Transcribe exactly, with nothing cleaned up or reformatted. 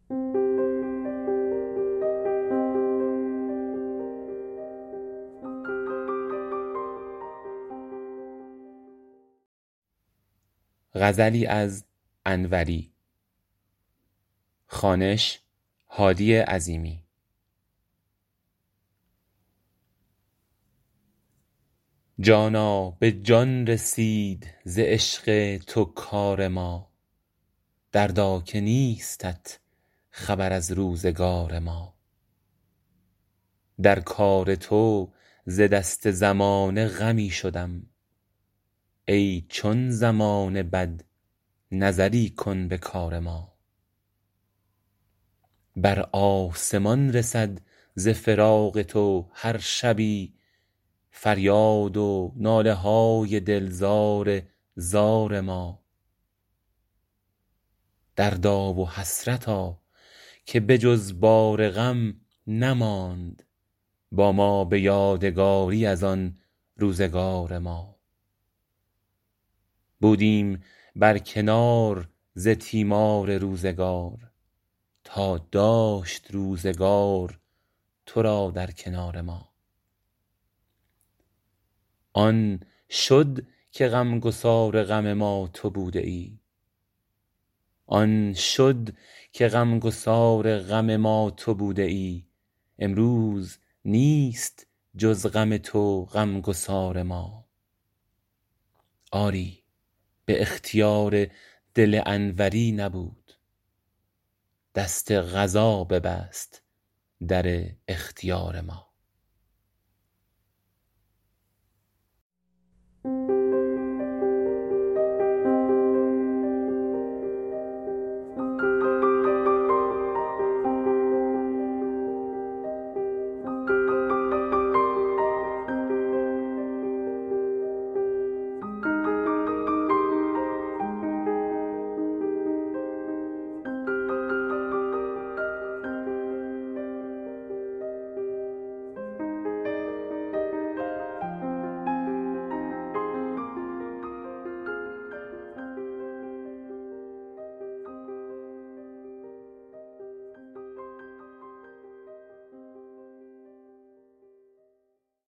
غزلی از انوری. خوانش هادی عظیمی. جانا به جان رسید ز عشق تو کار ما، دردا که نیستت خبر از روزگار ما. در کار تو ز دست زمانه غمی شدم، ای چون زمانه بد نظری کن به کار ما. بر آسمان رسد ز فراق تو هر شبی، فریاد و ناله های دلزار زار ما. دردا و حسرتا که به جز بار غم نماند، با ما به یادگاری از آن روزگار ما. بودیم بر کنار ز تیمار روزگار، تا داشت روزگار تو را در کنار ما. آن شد که غمگسار غم ما تو بوده ای، آن شد که غمگسار غم ما تو بوده ای. امروز نیست جز غم تو غمگسار ما. آری به اختیار دل انوری نبود، دست قضا ببست در اختیار ما.